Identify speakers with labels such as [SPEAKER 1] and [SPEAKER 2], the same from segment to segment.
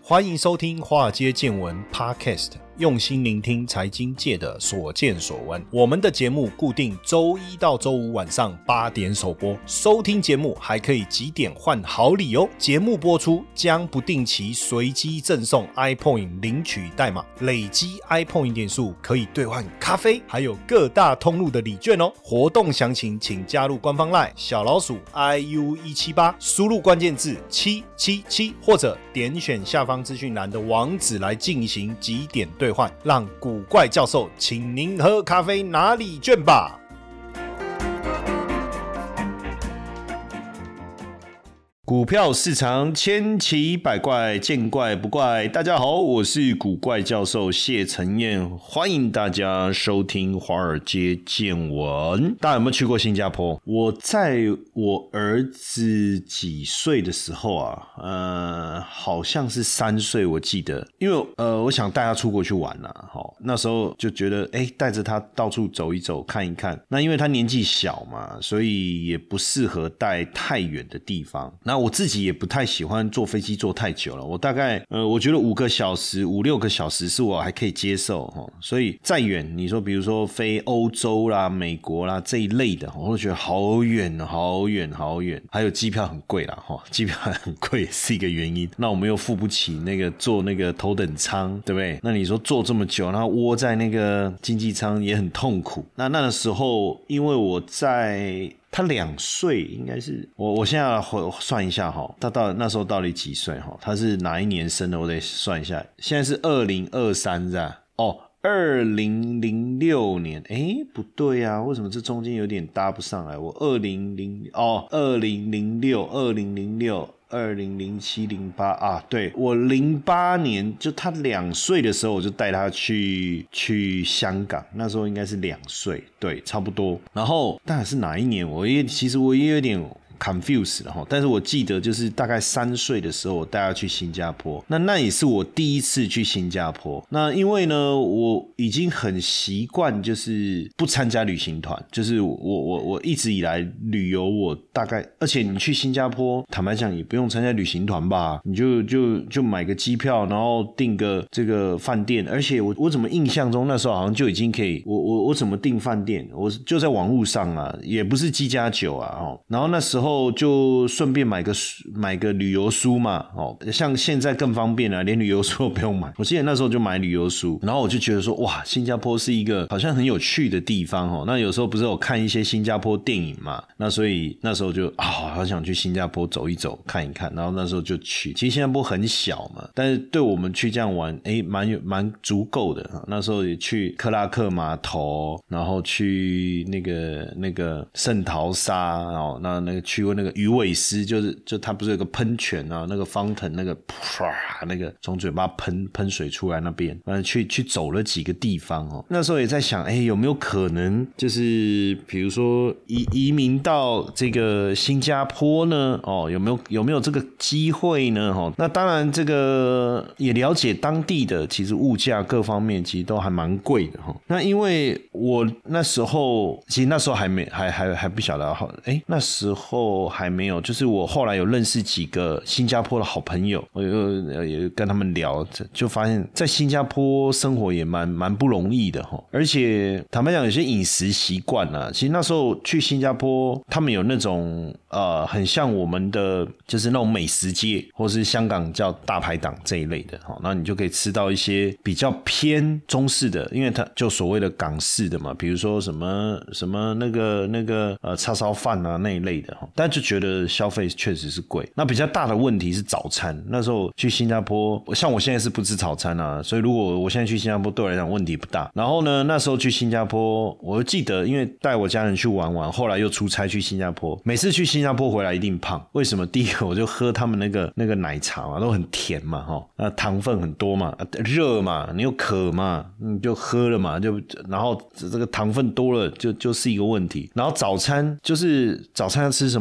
[SPEAKER 1] 欢迎收听华尔街见闻 Podcast， 用心聆听财经界的所见所闻。我们的节目固定周一到周五晚上8点首播，收听节目还可以集点换好礼哦。节目播出将不定期随机赠送 iPoint 领取代码，累积 iPoint 点数可以兑换咖啡，还有各大通路的礼券哦。活动详情请加入官方 LINE 小老鼠 IU178， 输入关键字777，或者点选下方资讯栏的网址来进行集点兑换，让古怪教授请您喝咖啡拿礼券吧。股票市场千奇百怪，见怪不怪。大家好，我是古怪教授谢承彦，欢迎大家收听华尔街见闻。大家有没有去过新加坡？我在我儿子几岁的时候啊，好像是3岁，我记得，因为我想带他出国去玩啦，那时候就觉得带着他到处走一走看一看。那因为他年纪小嘛，所以也不适合带太远的地方。那我自己也不太喜欢坐飞机坐太久了，我大概我觉得5个小时5、6个小时是我还可以接受，所以再远你说比如说飞欧洲啦美国啦这一类的，我会觉得好远好远好远，还有机票很贵啦，机票很贵也是一个原因。那我们又付不起那个坐那个头等舱，对不对？那你说坐这么久然后窝在那个经济舱也很痛苦。那时候因为我在他2岁，应该是我现在算一下他那时候到底几岁他是哪一年生的？我得算一下。现在是2023是吧？2006年，不对啊，为什么这中间有点搭不上来？我2006、2007、08啊，对，我08年就他2岁的时候，我就带他去香港，那时候应该是2岁，对，差不多。然后当然是哪一年，其实我也有点confused 了，但是我记得就是大概3岁的时候我带他去新加坡，那也是我第一次去新加坡。那因为呢我已经很习惯就是不参加旅行团，就是我一直以来旅游我大概，而且你去新加坡坦白讲也不用参加旅行团吧，你就买个机票然后订个这个饭店，而且我怎么印象中那时候好像就已经可以，我怎么订饭店，我就在网络上啊，也不是机+9啊，然后那时候就顺便买个旅游书嘛，像现在更方便了，连旅游书都不用买。我记得那时候就买旅游书，然后我就觉得说，哇，新加坡是一个好像很有趣的地方那有时候不是有看一些新加坡电影嘛，那所以那时候就好想去新加坡走一走看一看，然后那时候就去。其实新加坡很小嘛，但是对我们去这样玩蛮足够的。那时候也去克拉克码头，然后去那个圣淘沙，然后那个去过那个鱼尾狮，就它不是有个喷泉啊，那个 fountain 那个那个从嘴巴喷水出来那边，去走了几个地方那时候也在想有没有可能就是比如说移民到这个新加坡呢有没有这个机会呢那当然这个也了解当地的其实物价各方面其实都还蛮贵的那因为我那时候其实那时候还不晓得那时候还没有，就是我后来有认识几个新加坡的好朋友，我也跟他们聊，就发现在新加坡生活也蛮不容易的而且坦白讲有些饮食习惯其实那时候去新加坡他们有那种很像我们的就是那种美食街，或是香港叫大排档这一类的那你就可以吃到一些比较偏中式的，因为它就所谓的港式的嘛，比如说什么那个叉烧饭啊那一类的但就觉得消费确实是贵。那比较大的问题是早餐，那时候去新加坡，像我现在是不吃早餐啊，所以如果我现在去新加坡对我来讲问题不大。然后呢那时候去新加坡，我记得因为带我家人去玩，后来又出差去新加坡，每次去新加坡回来一定胖。为什么？第一个我就喝他们那个奶茶嘛，都很甜嘛糖分很多嘛，热嘛，你又渴嘛，你就喝了嘛，然后这个糖分多了就是一个问题。然后早餐要吃什么？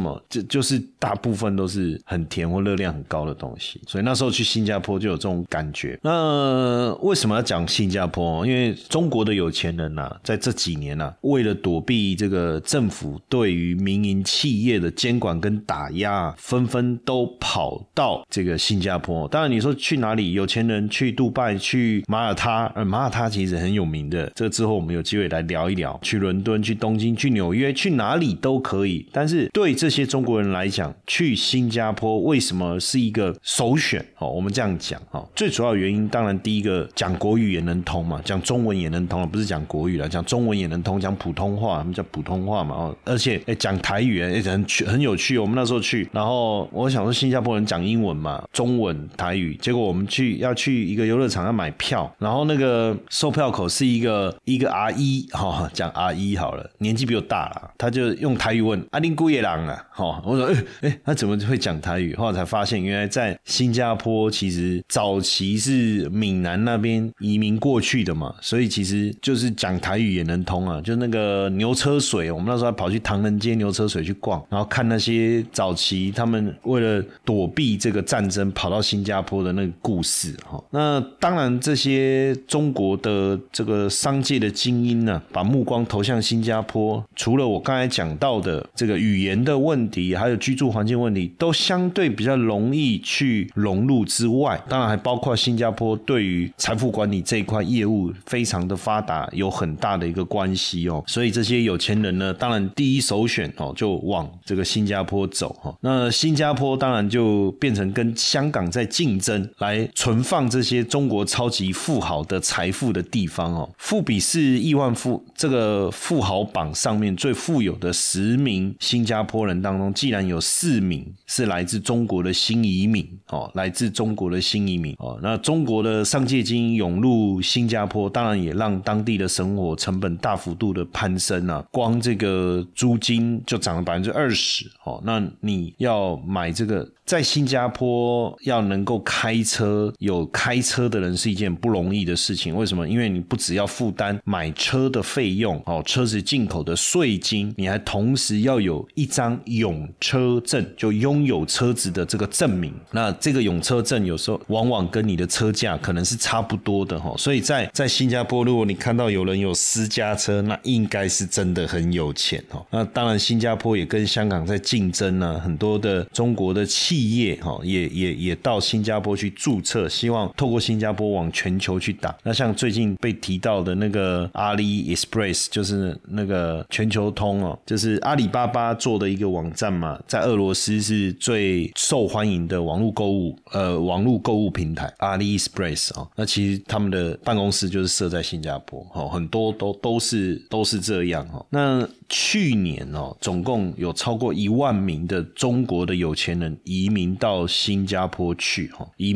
[SPEAKER 1] 么？就是大部分都是很甜或热量很高的东西，所以那时候去新加坡就有这种感觉。那为什么要讲新加坡？因为中国的有钱人在这几年为了躲避这个政府对于民营企业的监管跟打压，纷纷都跑到这个新加坡。当然你说去哪里，有钱人去杜拜，去马耳他，马耳他其实很有名的，这个之后我们有机会来聊一聊。去伦敦，去东京，去纽约，去哪里都可以。但是对这些中国人来讲，去新加坡为什么是一个首选？我们这样讲，最主要原因当然第一个讲国语也能通嘛，讲中文也能通，不是讲国语啦，讲中文也能通，讲普通话，他们叫普通话嘛，而且讲台语很有趣。我们那时候去，然后我想说新加坡人讲英文嘛，中文台语，结果我们要去一个游乐场要买票，然后那个售票口是一个阿姨，讲阿姨好了，年纪比我大啦，他就用台语问阿林姑爷郎啊，我说他怎么会讲台语？后来才发现原来在新加坡其实早期是闽南那边移民过去的嘛，所以其实就是讲台语也能通啊。就那个牛车水，我们那时候还跑去唐人街牛车水去逛，然后看那些早期他们为了躲避这个战争跑到新加坡的那个故事。那当然这些中国的这个商界的精英呢，把目光投向新加坡，除了我刚才讲到的这个语言的问题，还有居住环境问题，都相对比较容易去融入之外，当然还包括新加坡对于财富管理这一块业务非常的发达，有很大的一个关系所以这些有钱人呢，当然第一首选就往这个新加坡走那新加坡当然就变成跟香港在竞争，来存放这些中国超级富豪的财富的地方富比士亿万这个富豪榜上面最富有的10名新加坡人当中，既然有4名是来自中国的新移民来自中国的新移民那中国的商界精英涌入新加坡，当然也让当地的生活成本大幅度的攀升光这个租金就涨了 20% 那你要买这个在新加坡要能够开车，有开车的人是一件不容易的事情。为什么？因为你不只要负担买车的费用车子进口的税金，你还同时要有一张永车证，就拥有车子的这个证明。那这个永车证有时候往往跟你的车价可能是差不多的所以在新加坡，如果你看到有人有私家车，那应该是真的很有钱那当然新加坡也跟香港在竞争很多的中国的企业也到新加坡去注册，希望透过新加坡往全球去打。那像最近被提到的那个阿里 Express， 就是那个全球通就是阿里巴巴做的一个网站嘛，在俄罗斯是最受欢迎的网络购物平台阿里 Express 那其实他们的办公室就是设在新加坡很多都是这样那去年总共有超过1万名的中国的有钱人移民到新加坡去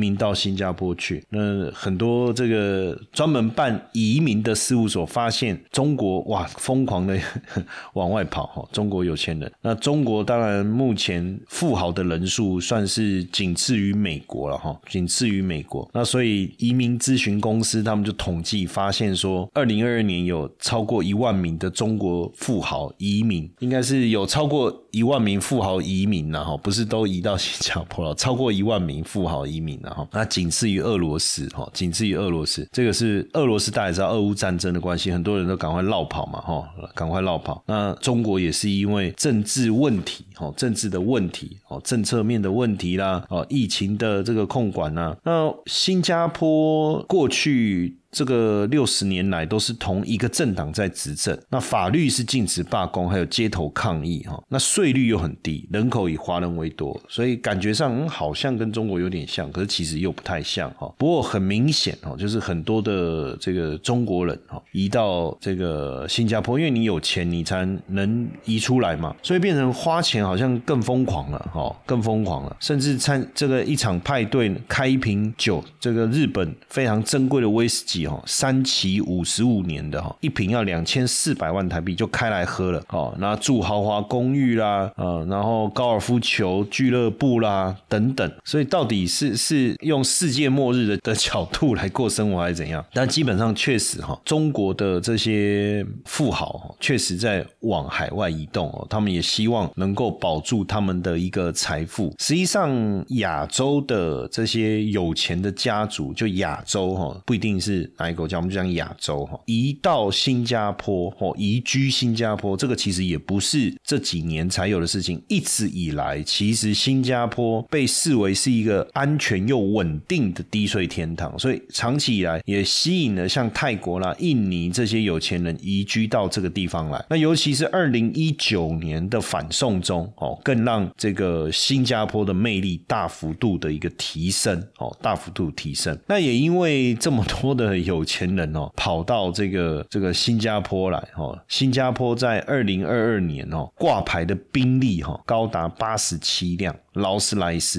[SPEAKER 1] 那很多这个专门办移民的事务所发现中国疯狂的往外跑中国有钱人。那中国当然目前富豪的人数算是仅次于美国了仅次于美国。那所以移民咨询公司他们就统计发现说2022年有超过1万名的中国富豪移民，应该是有超过1万名富豪移民不是都移到新加坡了，超过1万名富豪移民那仅次于俄罗斯这个是俄罗斯大家也知道俄乌战争的关系，很多人都赶快绕跑嘛赶快绕跑。那中国也是因为政治问题政治的问题政策面的问题啦疫情的这个控管那新加坡过去这个60年来都是同一个政党在执政，那法律是禁止罢工还有街头抗议那税率又很低，人口以华人为多，所以感觉上好像跟中国有点像，可是其实又不太像不过很明显就是很多的这个中国人移到这个新加坡，因为你有钱你才能移出来嘛，所以变成花钱好像更疯狂了甚至这个一场派对开一瓶酒，这个日本非常珍贵的威士忌己3期55年的一坪要2400万台币就开来喝了那住豪华公寓啦然后高尔夫球俱乐部啦等等，所以到底是用世界末日的角度来过生活还是怎样？但基本上确实中国的这些富豪确实在往海外移动他们也希望能够保住他们的一个财富。实际上亚洲的这些有钱的家族，就亚洲不一定是哪一个国家，我们就讲亚洲移到新加坡移居新加坡，这个其实也不是这几年才有的事情，一直以来其实新加坡被视为是一个安全又稳定的低税天堂，所以长期以来也吸引了像泰国啦、印尼这些有钱人移居到这个地方来。那尤其是2019年的反送中更让这个新加坡的魅力大幅度的一个提升大幅度提升。那也因为这么多的有钱人跑到这个新加坡来新加坡在2022年挂牌的宾利高达87辆，劳斯莱斯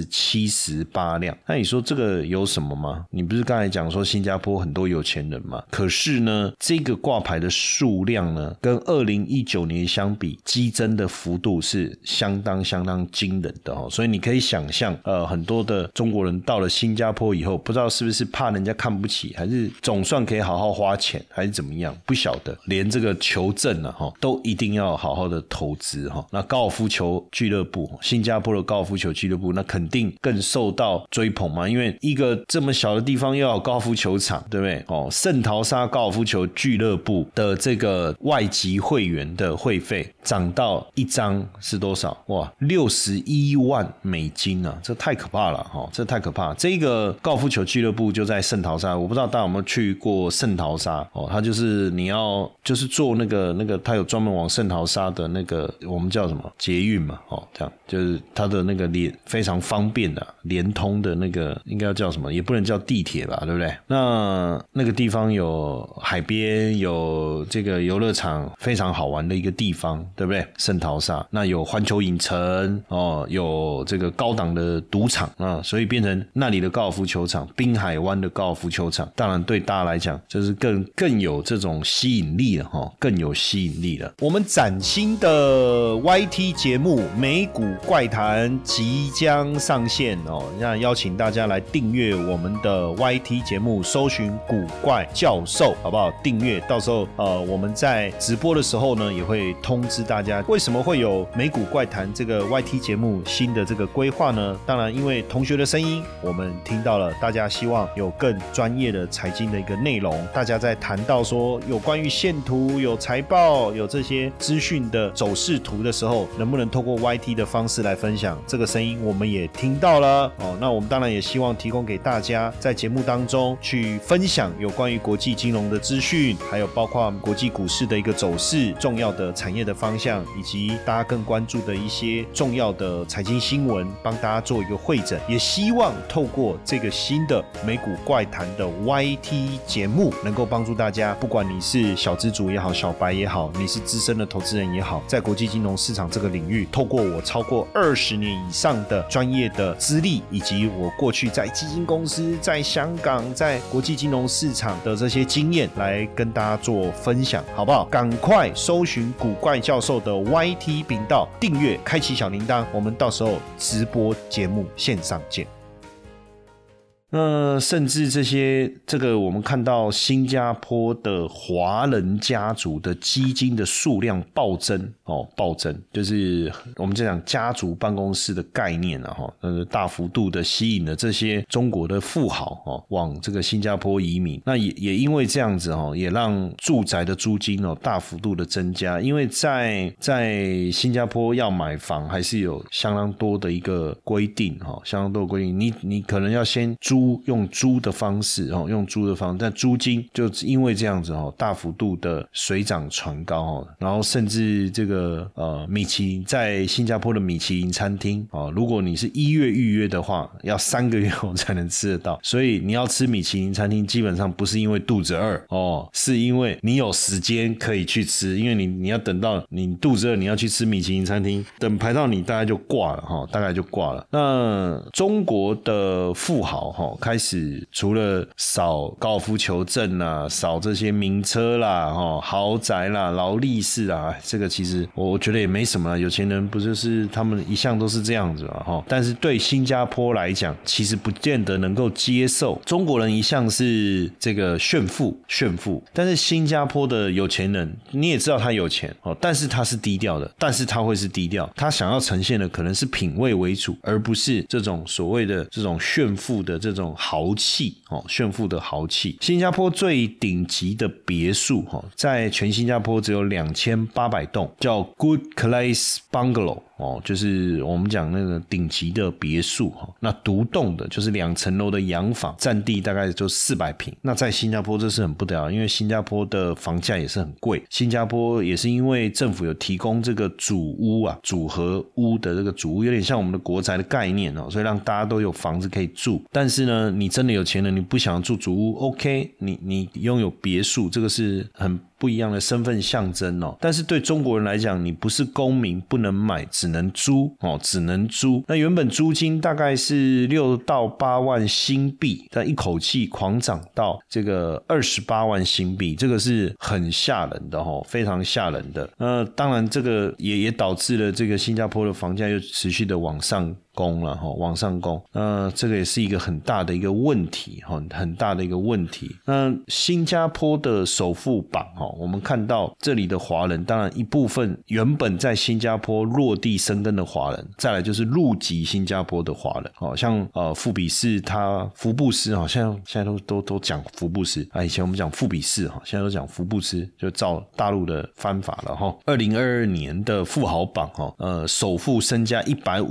[SPEAKER 1] 78辆。那你说这个有什么吗？你不是刚才讲说新加坡很多有钱人吗？可是呢这个挂牌的数量呢跟2019年相比激增的幅度是相当惊人的所以你可以想象很多的中国人到了新加坡以后，不知道是不是怕人家看不起，还是总算可以好好花钱，还是怎么样不晓得，连这个求证都一定要好好的投资那高尔夫球俱乐部，新加坡的高尔夫球俱乐部那肯定更受到追捧嘛，因为一个这么小的地方又要有高尔夫球场，对不对圣淘沙高尔夫球俱乐部的这个外籍会员的会费涨到一张是多少？哇，61万美金啊，这太可怕了这太可怕了。这个高尔夫球俱乐部就在圣淘沙，我不知道大家有没有去过圣淘沙它就是你要就是坐那个它有专门往圣淘沙的那个我们叫什么捷运嘛这样就是它的那个非常方便的连通的那个应该要叫什么，也不能叫地铁吧，对不对？那个地方有海边，有这个游乐场，非常好玩的一个地方，对不对？圣淘沙那有环球影城有这个高档的赌场所以变成那里的高尔夫球场，滨海湾的高尔夫球场，当然对大家来讲就是更有这种吸引力了更有吸引力了。我们崭新的 YT 节目《美股怪谈》即将上线那邀请大家来订阅我们的 YT 节目，搜寻古怪教授，好不好？订阅，到时候我们在直播的时候呢，也会通知大家。为什么会有美股怪谈这个 YT 节目新的这个规划呢？当然，因为同学的声音，我们听到了，大家希望有更专业的财经的一个内容。大家在谈到说有关于线图、有财报、有这些资讯的走势图的时候，能不能透过 YT 的方式来分享？这个声音我们也听到了那我们当然也希望提供给大家，在节目当中去分享有关于国际金融的资讯，还有包括国际股市的一个走势、重要的产业的方向，以及大家更关注的一些重要的财经新闻，帮大家做一个汇整。也希望透过这个新的美股怪谈的 YT 节目，能够帮助大家，不管你是小资族也好，小白也好，你是资深的投资人也好，在国际金融市场这个领域，透过我超过20年以上的专业的资历，以及我过去在基金公司、在香港、在国际金融市场的这些经验，来跟大家做分享，好不好？赶快搜寻古怪教授的 YT 频道，订阅，开启小铃铛，我们到时候直播节目线上见。甚至这个我们看到新加坡的华人家族的基金的数量暴增就是我们这讲家族办公室的概念大幅度的吸引了这些中国的富豪往这个新加坡移民。那也因为这样子也让住宅的租金大幅度的增加，因为在新加坡要买房还是有相当多的一个规定相当多的规定，你可能要先用租的方式但租金就因为这样子大幅度的水涨船高然后甚至这个米其林在新加坡的米其林餐厅如果你是1月预约的话，要3个月后才能吃得到。所以你要吃米其林餐厅，基本上不是因为肚子饿是因为你有时间可以去吃，因为你要等到你肚子饿，你要去吃米其林餐厅，等排到你大概就挂了那中国的富豪开始除了扫高尔夫球证啦，扫这些名车啦，豪宅啦，劳力士啦，这个其实我觉得也没什么啦，有钱人不就是他们一向都是这样子嘛，但是对新加坡来讲，其实不见得能够接受。中国人一向是这个炫富，但是新加坡的有钱人，你也知道他有钱，但是他是低调的，但是他会是低调，他想要呈现的可能是品味为主，而不是这种所谓的这种炫富的这种豪气，炫富的豪气。新加坡最顶级的别墅在全新加坡只有2800栋，叫 Good Place Bungalow，就是我们讲那个顶级的别墅，那独栋的就是2层楼的洋房，占地大概就400平。那在新加坡这是很不得了，因为新加坡的房价也是很贵。新加坡也是因为政府有提供这个组屋啊，组合屋的这个组屋，有点像我们的国宅的概念所以让大家都有房子可以住。但是呢，你真的有钱人，你不想住组屋 OK， 你拥有别墅，这个是很不一样的身份象征但是对中国人来讲，你不是公民不能买，只能租只能租。那原本租金大概是6到8万新币，但一口气狂涨到这个28万新币，这个是很吓人的非常吓人的。当然这个也导致了这个新加坡的房价又持续的往上往上攻，这个也是一个很大的一个问题，很大的一个问题。那新加坡的首富榜我们看到这里的华人，当然一部分原本在新加坡落地生根的华人，再来就是入籍新加坡的华人，像富比士福布斯现在都讲福布斯以前我们讲富比士现在都讲福布斯，就照大陆的翻法了2022年的富豪榜首富身家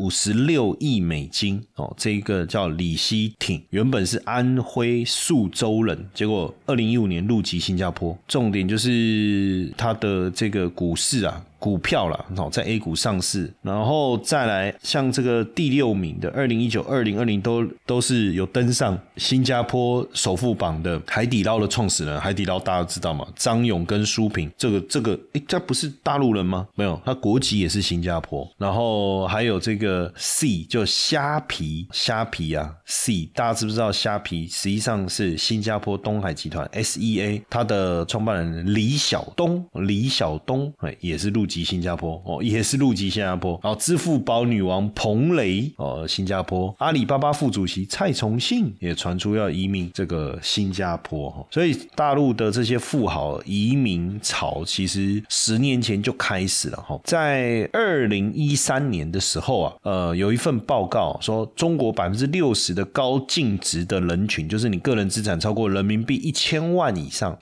[SPEAKER 1] 156亿美金这一个叫李希挺，原本是安徽宿州人，结果2015年入籍新加坡。重点就是他的这个股票啦，在 A 股上市，然后再来像这个第6名的2019、2020都是有登上新加坡首富榜的海底捞的创始人。海底捞大家知道吗？张勇跟舒平，这不是大陆人吗？没有，他国籍也是新加坡。然后还有这个 C 就虾皮啊 ，C 大家知不知道虾皮实际上是新加坡东海集团 SEA 他的创办人李晓东也是入籍新加坡然后支付宝女王彭蕾新加坡，阿里巴巴副主席蔡崇信也传出要移民这个新加坡所以大陆的这些富豪移民潮其实10年前就开始了在2013年的时候有一份报告说，中国 60% 的高净值的人群，就是你个人资产超过人民币1000万以上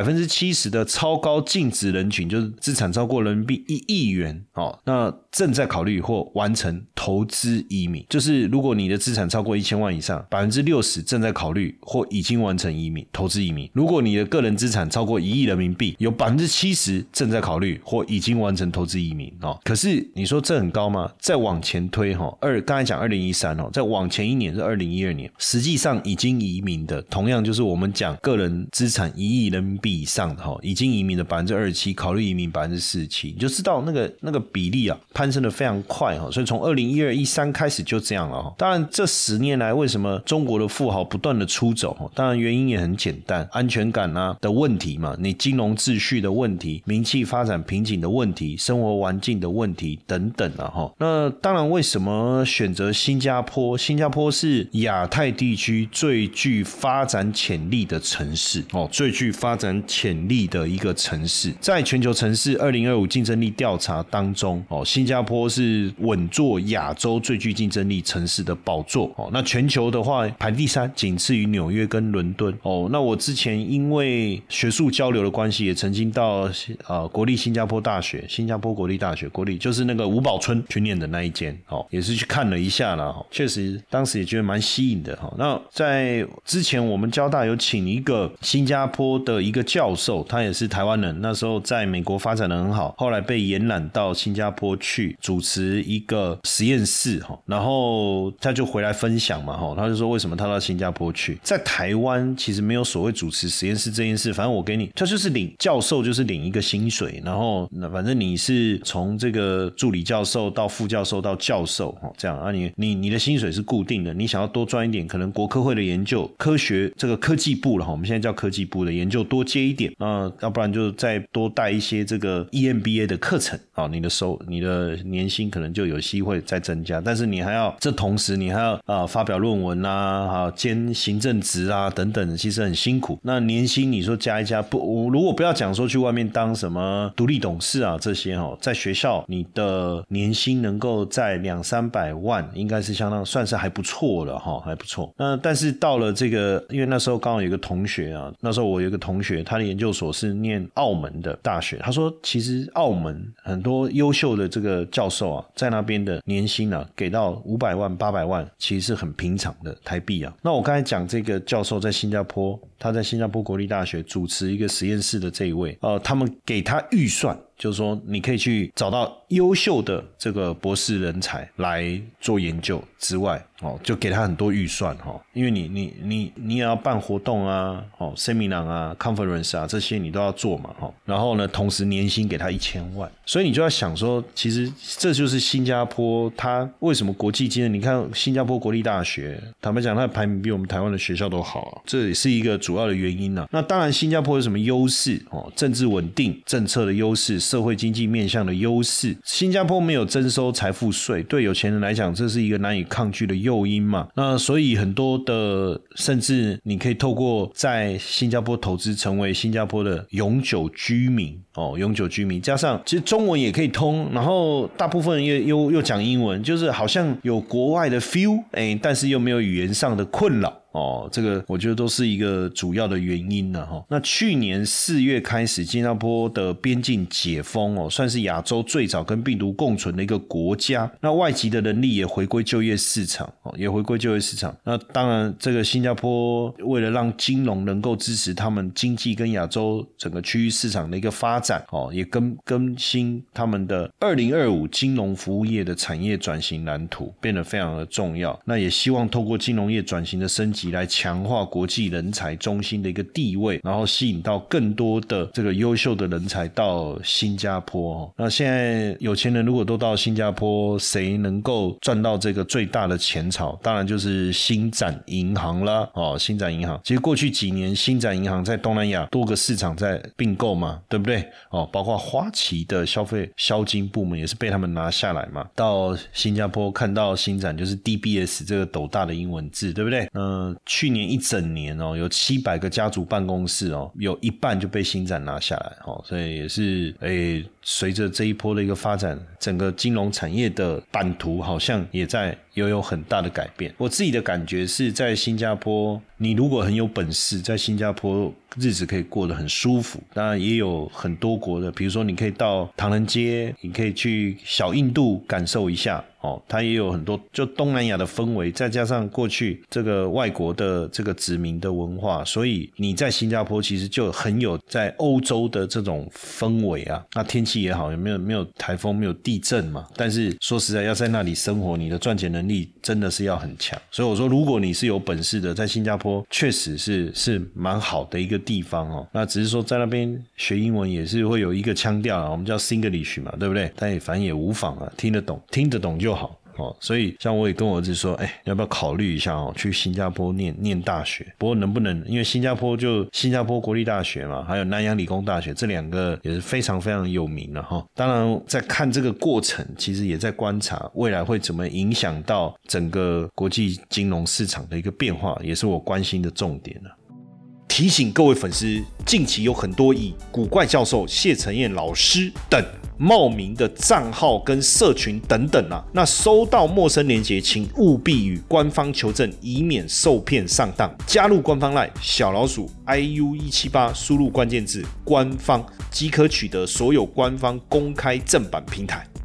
[SPEAKER 1] 70% 的超高净值人群，就是资产超过人民币1亿元那正在考虑或完成投资移民，就是如果你的资产超过1000万以上， 60% 正在考虑或已经完成投资移民。如果你的个人资产超过1亿人民币，有 70% 正在考虑或已经完成投资移民可是你说这很高吗？再往前推刚才讲2013再往前一年是2012年，实际上已经移民的，同样就是我们讲个人资产1亿人民币以上的已经移民的 27%， 考虑移民 47%， 你就知道那个比例攀升的非常快所以从2012、13开始就这样了当然这10年来为什么中国的富豪不断的出走当然原因也很简单，安全感的问题嘛，你金融秩序的问题，名气发展瓶颈的问题，生活环境的问题等等那当然为什么选择新加坡？新加坡是亚太地区最具发展潜力的城市最具发展潜力的一个城市。在全球城市2025竞争力调查当中新加坡是稳坐亚洲最具竞争力城市的宝座那全球的话排第3，仅次于纽约跟伦敦那我之前因为学术交流的关系，也曾经到国立新加坡大学，新加坡国立大学，国立就是那个吴宝春去念的那一间也是去看了一下啦确实当时也觉得蛮吸引的那在之前我们交大有请一个新加坡的一个教授，他也是台湾人，那时候在美国发展的很好，后来来被延揽到新加坡去主持一个实验室，然后他就回来分享嘛，他就说为什么他到新加坡去。在台湾其实没有所谓主持实验室这件事，反正我给你，他就是领教授就是领一个薪水，然后反正你是从这个助理教授到副教授到教授这样啊，你的薪水是固定的，你想要多赚一点，可能国科会的研究科学这个科技部了，我们现在叫科技部的研究多接一点，要不然就再多带一些这个 EMBA 的课程，你的年薪可能就有机会再增加，但是你还要这同时你还要发表论文啊，兼行政职啊等等，其实很辛苦。那年薪你说加一加，如果不要讲说去外面当什么独立董事啊这些在学校你的年薪能够在200-300万，应该是相当算是还不错了还不错。那但是到了这个，因为那时候刚好有一个同学啊，那时候我有一个同学，他的研究所是念澳门的大学，他说其实澳门很多优秀的这个教授啊，在那边的年薪啊给到500万800万，其实是很平常的台币啊。那我刚才讲这个教授在新加坡，他在新加坡国立大学主持一个实验室的这一位他们给他预算，就是说你可以去找到优秀的这个博士人才来做研究之外就给他很多预算因为你也要办活动啊seminar 啊 conference 啊这些你都要做嘛然后呢同时年薪给他1000万，所以你就要想说其实这就是新加坡它为什么国际竞争，你看新加坡国立大学坦白讲它的排名比我们台湾的学校都好这也是一个主要的原因那当然新加坡有什么优势政治稳定政策的优势，社会经济面向的优势，新加坡没有征收财富税，对有钱人来讲这是一个难以抗拒的诱因嘛。那所以很多的甚至你可以透过在新加坡投资成为新加坡的永久居民永久居民，加上其实中文也可以通，然后大部分人又讲英文，就是好像有国外的 feel 但是又没有语言上的困扰这个我觉得都是一个主要的原因那去年4月开始新加坡的边境解封算是亚洲最早跟病毒共存的一个国家，那外籍的人力也回归就业市场那当然这个新加坡为了让金融能够支持他们经济跟亚洲整个区域市场的一个发展也更新他们的2025金融服务业的产业转型蓝图，变得非常的重要。那也希望透过金融业转型的升级来强化国际人才中心的一个地位，然后吸引到更多的这个优秀的人才到新加坡那现在有钱人如果都到新加坡，谁能够赚到这个最大的钱潮？当然就是新展银行啦新展银行其实过去几年新展银行在东南亚多个市场在并购嘛，对不对包括花旗的消费销金部门也是被他们拿下来嘛，到新加坡看到新展就是 DBS 这个斗大的英文字，对不对？去年一整年有700个家族办公室有一半就被新展拿下来所以也是随着这一波的一个发展，整个金融产业的版图好像也有很大的改变。我自己的感觉是在新加坡，你如果很有本事，在新加坡日子可以过得很舒服。当然也有很多国的，比如说你可以到唐人街，你可以去小印度感受一下它也有很多就东南亚的氛围，再加上过去这个外国的这个殖民的文化，所以你在新加坡其实就很有在欧洲的这种氛围啊。那天气也好，没有台风，没有地震嘛，但是说实在要在那里生活，你的赚钱能力真的是要很强。所以我说如果你是有本事的，在新加坡确实是蛮好的一个地方那只是说在那边学英文也是会有一个腔调我们叫 Singlish 嘛，对不对？但也反正也无妨听得懂就好所以像我也跟我儿子说要不要考虑一下去新加坡念大学。不过能不能，因为新加坡国立大学嘛，还有南洋理工大学，这两个也是非常非常有名的当然在看这个过程，其实也在观察未来会怎么影响到整个国际金融市场的一个变化，也是我关心的重点提醒各位粉丝，近期有很多以古怪教授、谢承彦老师等冒名的账号跟社群等等那收到陌生连结请务必与官方求证，以免受骗上当。加入官方 LINE 小老鼠 IU178， 输入关键字官方即可取得所有官方公开正版平台。